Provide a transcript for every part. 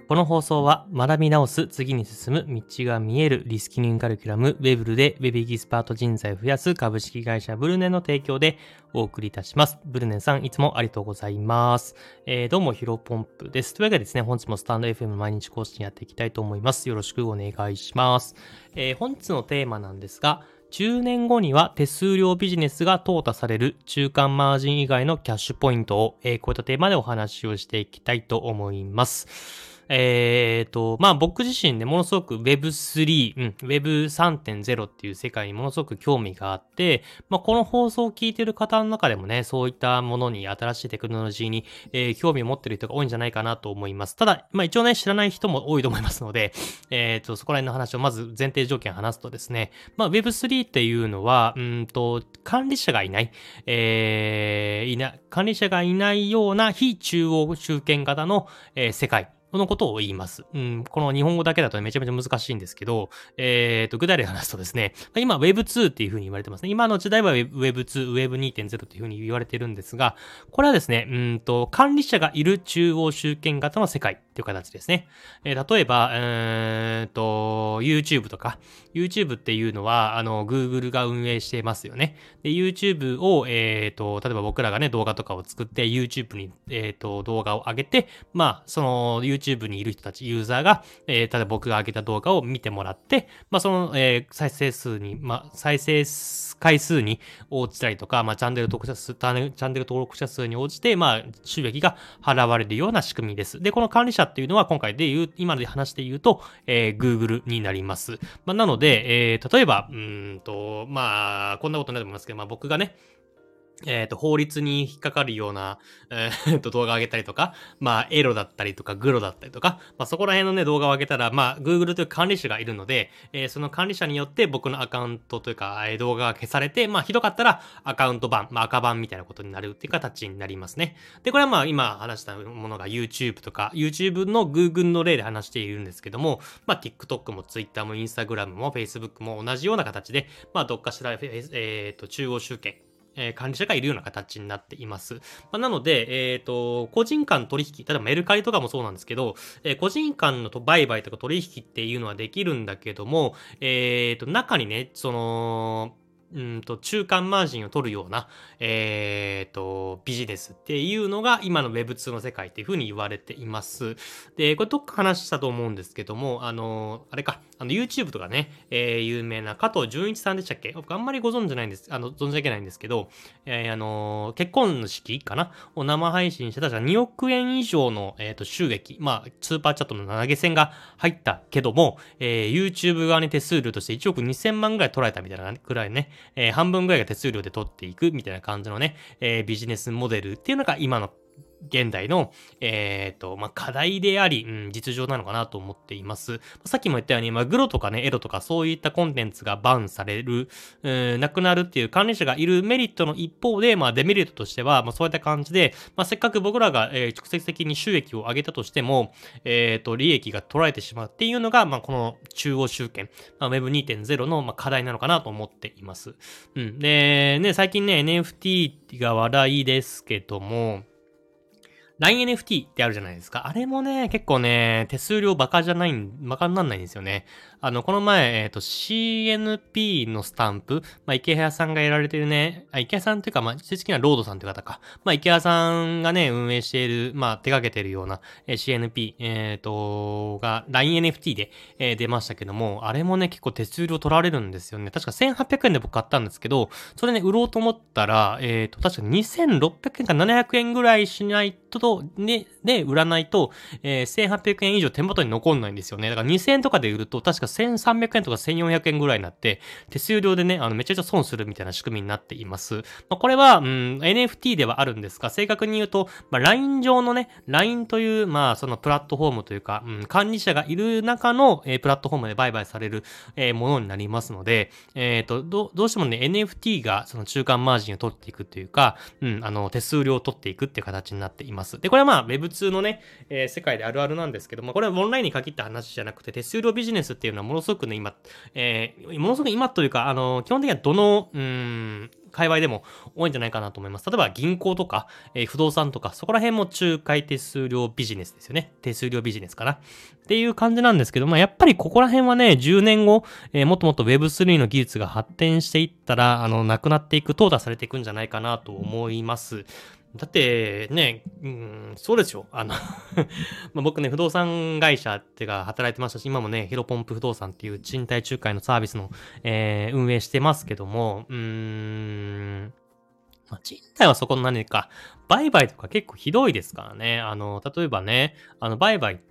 この放送は学び直す、次に進む、道が見えるリスキリングカリキュラム、ウェブルでウェブエキスパート人材を増やす株式会社ブルネの提供でお送りいたします。ブルネさん、いつもありがとうございます。どうも、ヒロポンプです。というわけでですね、本日もスタンド FM 毎日更新やっていきたいと思います。よろしくお願いします。本日のテーマなんですが、10年後には手数料ビジネスが淘汰される中間マージン以外のキャッシュポイントを、こういったテーマでお話をしていきたいと思います。僕自身でものすごく Web3、Web3.0 っていう世界にものすごく興味があって、この放送を聞いている方の中でもね、そういったものに、新しいテクノロジーに、興味を持っている人が多いんじゃないかなと思います。ただ、一応ね、知らない人も多いと思いますので、そこら辺の話をまず前提条件話すとですね、Web3 っていうのは、管理者がいない、管理者がいないような非中央集権型の、世界。このことを言います。この日本語だけだとめちゃめちゃ難しいんですけど、具体例で話すとですね、今 Web2 っていう風に言われてますね。今の時代は Web2、Web2.0 っていう風に言われてるんですが、これはですね、管理者がいる中央集権型の世界っていう形ですね。例えば、YouTube とか、YouTube っていうのは、Google が運営してますよね。で、YouTube を、例えば僕らがね、動画とかを作って、YouTube に、動画を上げて、その YouTube にいる人たち、ユーザーが、例えば僕が上げた動画を見てもらって、その、再生回数に応じたりとか、チャンネル登録者数に応じて、収益が払われるような仕組みです。で、この管理者っていうのは今で話して言うと、Google になります。なので、例えば、こんなことないと思いますけど、僕がね、法律に引っかかるような、動画を上げたりとか、エロだったりとか、グロだったりとか、そこら辺のね、動画を上げたら、Google という管理者がいるので、その管理者によって僕のアカウントというか、動画が消されて、ひどかったらアカウント版、赤版みたいなことになるっていう形になりますね。で、これは今話したものが YouTube とか、YouTube の Google の例で話しているんですけども、TikTok も Twitter も Instagram も Facebook も同じような形で、どっかしら、中央集権、管理者がいるような形になっています。なので、個人間取引、例えばメルカリとかもそうなんですけど、個人間の売買とか取引っていうのはできるんだけども、中にね、中間マージンを取るような、ビジネスっていうのが今の Web2 の世界っていう風に言われています。で、これどっか話したと思うんですけども、YouTube とかね、有名な加藤純一さんでしたっけ？僕あんまり存じ上げないんですけど、結婚式かなを生配信してたじゃ2億円以上の、収益、スーパーチャットの投げ銭が入ったけども、YouTube 側に手数料として1億2000万ぐらい取られたみたいなくらいね、半分ぐらいが手数料で取っていくみたいな感じのね、ビジネスモデルっていうのが今の現代の、課題であり、実情なのかなと思っています。さっきも言ったように、グロとかね、エロとかそういったコンテンツがバンされる、なくなるっていう管理者がいるメリットの一方で、デメリットとしては、そういった感じで、せっかく僕らが、直接的に収益を上げたとしても、利益が取られてしまうっていうのが、この中央集権、Web2.0 の、課題なのかなと思っています。で、ね、最近ね、NFT が話題ですけども、LINE NFT ってあるじゃないですか。あれもね、結構ね、手数料バカになんないんですよね。この前、CNP のスタンプ、池谷さんがやられてるね、池谷さんというか、正式にはロードさんという方か。池谷さんがね、運営している、手掛けてるような、CNP、が LINENFT で、出ましたけども、あれもね、結構手数料取られるんですよね。確か1800円で僕買ったんですけど、それね、売ろうと思ったら、確か2600円か700円ぐらいしないと、で、売らないと、1800円以上手元に残んないんですよね。だから2000円とかで売ると、確か1300円とか1400円ぐらいになって、手数料でね、めちゃくちゃ損するみたいな仕組みになっています。これは、NFT ではあるんですが、正確に言うと、LINE 上のね、LINE という、そのプラットフォームというか、管理者がいる中の、プラットフォームで売買される、ものになりますので、どうしてもね、NFT がその中間マージンを取っていくというか、手数料を取っていくっていう形になっています。 。で、これはまあ Web2 のね、世界であるあるなんですけども、これはオンラインに限った話じゃなくて、手数料ビジネスっていうのはものすごくね、今、ものすごく今というか、基本的にはどの、界隈でも多いんじゃないかなと思います。例えば銀行とか、不動産とか、そこら辺も仲介手数料ビジネスですよね。手数料ビジネスかな。っていう感じなんですけど、まあやっぱりここら辺はね、10年後、もっともっと Web3 の技術が発展していったら、なくなっていく、淘汰されていくんじゃないかなと思います。だってね、そうですよ。まあ、僕ね、不動産会社っていうか働いてましたし、今もね、ヒロポンプ不動産っていう賃貸仲介のサービスの、運営してますけども、まあ、賃貸はそこの何か、売買とか結構ひどいですからね。例えばね、売買って、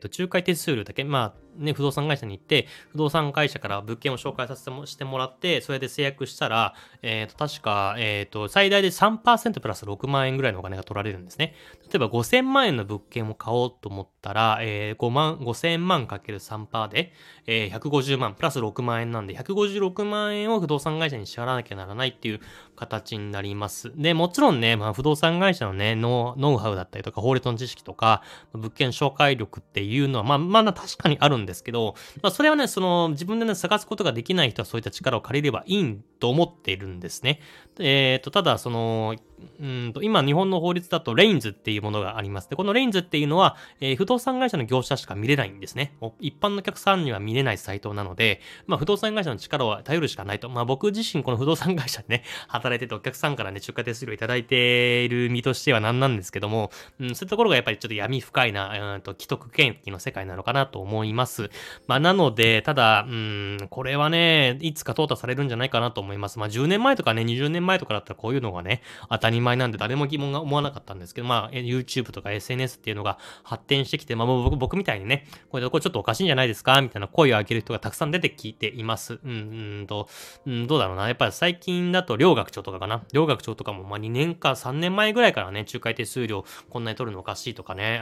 仲介手数料だけ、まあ、ね、不動産会社に行って、不動産会社から物件を紹介してもらって、それで制約したら、確か、最大で 3% プラス6万円ぐらいのお金が取られるんですね。例えば5000万円の物件を買おうと思ったら、5000万かける 3% で、150万プラス6万円なんで、156万円を不動産会社に支払わなきゃならないっていう形になります。で、もちろんね、まあ、不動産会社のね、ノウハウだったりとか、法律の知識とか、物件紹介力っていうのは、まあ確かにあるんですけど、まあ、それはね、自分でね、探すことができない人はそういった力を借りればいいと思っているんですね。ただ、今日本の法律だとレインズっていうものがあります。で、このレインズっていうのは、不動産会社の業者しか見れないんですね。一般のお客さんには見れないサイトなので、まあ、不動産会社の力を頼るしかないと。まあ、僕自身この不動産会社でね、働いててお客さんからね、出荷手数料いただいている身としてはなんなんですけども、そういうところがやっぱりちょっと闇深いな、既得権益の世界なのかなと思います。まあ、なので、ただ、これはね、いつか淘汰されるんじゃないかなと思います。まあ、10年前とかね、20年前とかだったらこういうのがね、当たり前なんで誰も疑問が思わなかったんですけど、まあ、YouTube とか SNS っていうのが発展してきて、まあ、僕みたいにね、これちょっとおかしいんじゃないですかみたいな声を上げる人がたくさん出てきています。どうだろうな。やっぱり最近だと両学長とかかな。両学長とかも、まあ、2年か3年前ぐらいからね、仲介手数料こんなに取るのおかしいとかね、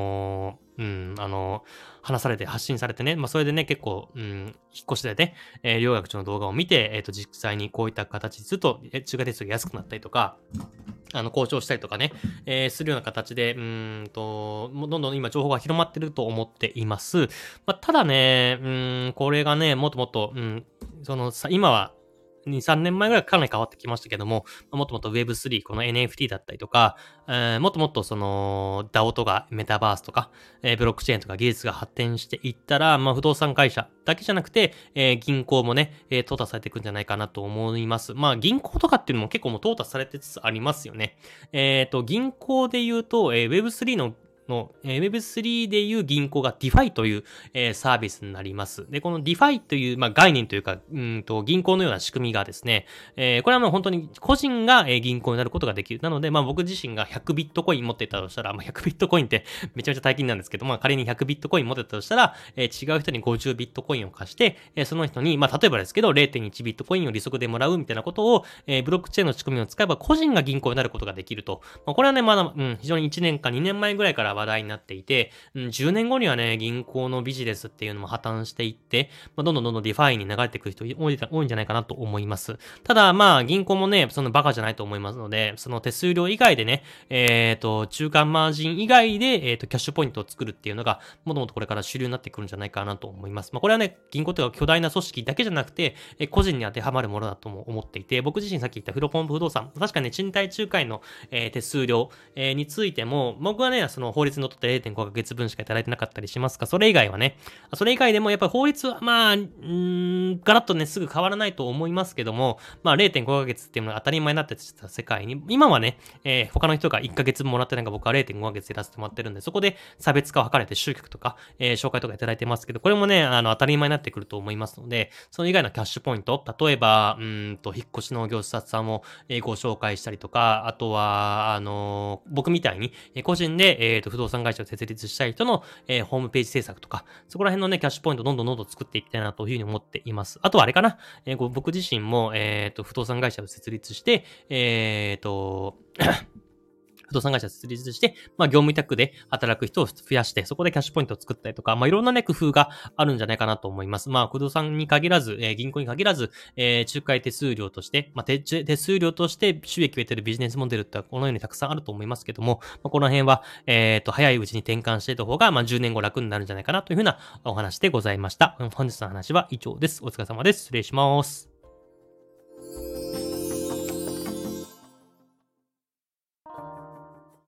話されて、発信されてね、まあ、それでね、結構、引っ越しでね、両学長の動画を見て、実際にこういった形ですると、仲介手数料安くなったりとか、交渉したりとかね、するような形で、どんどん今情報が広まってると思っています。まあ、ただね、これがね、もっともっと、今は、2、3年前ぐらいかなり変わってきましたけども、もっともっと Web3、この NFT だったりとか、もっともっとDAO とかメタバースとか、ブロックチェーンとか技術が発展していったら、まあ、不動産会社だけじゃなくて、銀行もね、淘汰されていくんじゃないかなと思います。まあ、銀行とかっていうのも結構もう淘汰されてつつありますよね。銀行で言うと、Web3 の Web3 でいう銀行が DeFi という、サービスになります。で、この DeFi という、まあ、概念というか、銀行のような仕組みがですね、これはもう本当に個人が、銀行になることができる。なので、まあ僕自身が100ビットコイン持っていたとしたら、まあ100ビットコインってめちゃめちゃ大金なんですけど、まあ仮に100ビットコイン持ってたとしたら、違う人に50ビットコインを貸して、その人に、まあ例えばですけど、0.1 ビットコインを利息でもらうみたいなことを、ブロックチェーンの仕組みを使えば個人が銀行になることができると。まあこれはね、まだ、非常に1年か2年前ぐらいから話題になっていて、10年後にはね、銀行のビジネスっていうのも破綻していって、まあ、どんどんディファイに流れてくる人多いんじゃないかなと思います。ただ、まあ、銀行もね、そのバカじゃないと思いますので、その手数料以外でね、中間マージン以外で、キャッシュポイントを作るっていうのが、もともとこれから主流になってくるんじゃないかなと思います。まあ、これはね、銀行というか巨大な組織だけじゃなくて、個人に当てはまるものだとも思っていて、僕自身さっき言ったフロポンプ不動産、確かね、賃貸仲介の、手数料、についても、僕はね、その法律にのっとって0.5ヶ月分しかいただいてなかったりしますが、それ以外はね、それ以外でもやっぱり法律はまあ、ガラッとね、すぐ変わらないと思いますけども、まあ0.5ヶ月っていうのが当たり前になってた世界に、今はね、他の人が1ヶ月もらってなんか僕は0.5ヶ月で出させてもらってるんで、そこで差別化を図れて集客とか、紹介とかいただいてますけど、これもね、当たり前になってくると思いますので、その以外のキャッシュポイント、例えば、引っ越しの業者さんを、ご紹介したりとか、あとは、僕みたいに、個人で、不動産会社を設立したい人の、ホームページ制作とか、そこら辺のね、キャッシュポイントどんどん作っていきたいなというふうに思っています。あとはあれかな、僕自身も、不動産会社を設立して、不不動産会社設立して、業務委託で働く人を増やして、そこでキャッシュポイントを作ったりとか、いろんなね、工夫があるんじゃないかなと思います。不動産に限らず、銀行に限らず、仲介手数料として、手数料として収益を得ているビジネスモデルってこのようにたくさんあると思いますけども、この辺は、早いうちに転換していた方が、10年後楽になるんじゃないかなというふうなお話でございました。本日の話は以上です。お疲れ様です。失礼します。